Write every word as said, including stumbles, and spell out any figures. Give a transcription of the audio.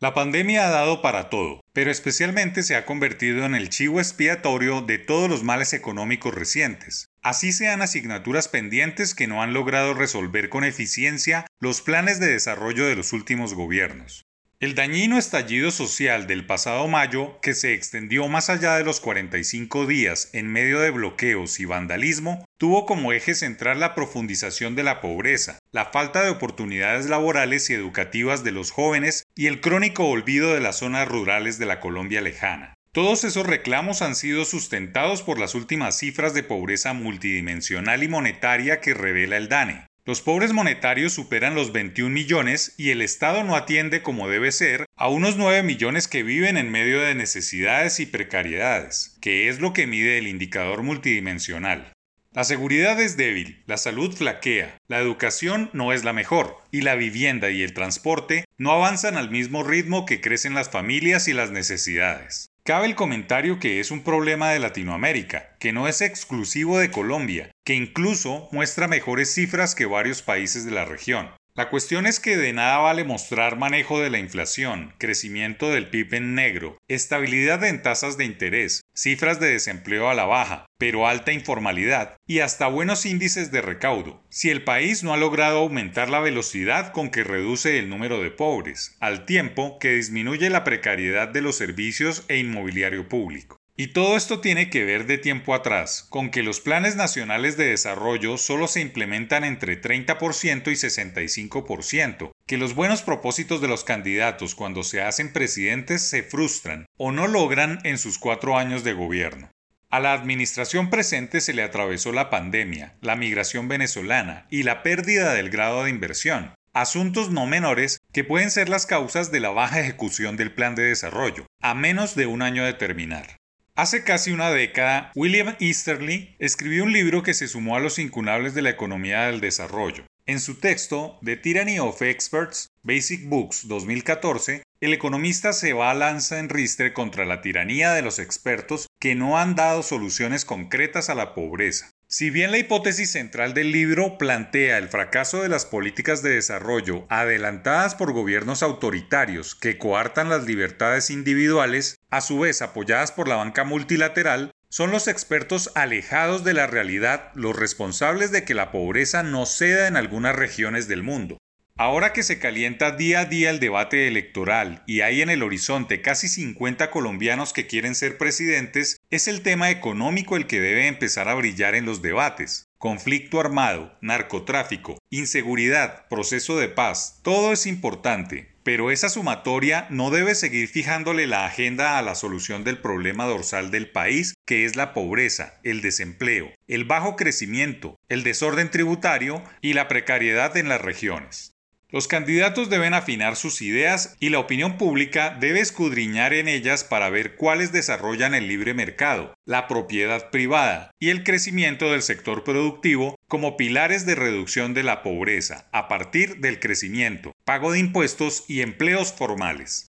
La pandemia ha dado para todo, pero especialmente se ha convertido en el chivo expiatorio de todos los males económicos recientes. Así sean asignaturas pendientes que no han logrado resolver con eficiencia los planes de desarrollo de los últimos gobiernos. El dañino estallido social del pasado mayo, que se extendió más allá de los cuarenta y cinco días en medio de bloqueos y vandalismo, tuvo como eje central la profundización de la pobreza, la falta de oportunidades laborales y educativas de los jóvenes y el crónico olvido de las zonas rurales de la Colombia lejana. Todos esos reclamos han sido sustentados por las últimas cifras de pobreza multidimensional y monetaria que revela el DANE. Los pobres monetarios superan los veintiún millones y el Estado no atiende como debe ser a unos nueve millones que viven en medio de necesidades y precariedades, que es lo que mide el indicador multidimensional. La seguridad es débil, la salud flaquea, la educación no es la mejor y la vivienda y el transporte no avanzan al mismo ritmo que crecen las familias y las necesidades. Cabe el comentario que es un problema de Latinoamérica, que no es exclusivo de Colombia, que incluso muestra mejores cifras que varios países de la región. La cuestión es que de nada vale mostrar manejo de la inflación, crecimiento del P I B en negro, estabilidad en tasas de interés, cifras de desempleo a la baja, pero alta informalidad y hasta buenos índices de recaudo, si el país no ha logrado aumentar la velocidad con que reduce el número de pobres, al tiempo que disminuye la precariedad de los servicios e inmobiliario público. Y todo esto tiene que ver de tiempo atrás, con que los planes nacionales de desarrollo solo se implementan entre treinta por ciento y sesenta y cinco por ciento, que los buenos propósitos de los candidatos cuando se hacen presidentes se frustran o no logran en sus cuatro años de gobierno. A la administración presente se le atravesó la pandemia, la migración venezolana y la pérdida del grado de inversión, asuntos no menores que pueden ser las causas de la baja ejecución del plan de desarrollo, a menos de un año de terminar. Hace casi una década, William Easterly escribió un libro que se sumó a los incunables de la economía del desarrollo. En su texto, The Tyranny of Experts, Basic Books dos mil catorce, el economista se va a lanza en ristre contra la tiranía de los expertos que no han dado soluciones concretas a la pobreza. Si bien la hipótesis central del libro plantea el fracaso de las políticas de desarrollo adelantadas por gobiernos autoritarios que coartan las libertades individuales, a su vez apoyadas por la banca multilateral, son los expertos alejados de la realidad los responsables de que la pobreza no ceda en algunas regiones del mundo. Ahora que se calienta día a día el debate electoral y hay en el horizonte casi cincuenta colombianos que quieren ser presidentes, es el tema económico el que debe empezar a brillar en los debates. Conflicto armado, narcotráfico, inseguridad, proceso de paz, todo es importante, pero esa sumatoria no debe seguir fijándole la agenda a la solución del problema dorsal del país, que es la pobreza, el desempleo, el bajo crecimiento, el desorden tributario y la precariedad en las regiones. Los candidatos deben afinar sus ideas y la opinión pública debe escudriñar en ellas para ver cuáles desarrollan el libre mercado, la propiedad privada y el crecimiento del sector productivo como pilares de reducción de la pobreza a partir del crecimiento, pago de impuestos y empleos formales.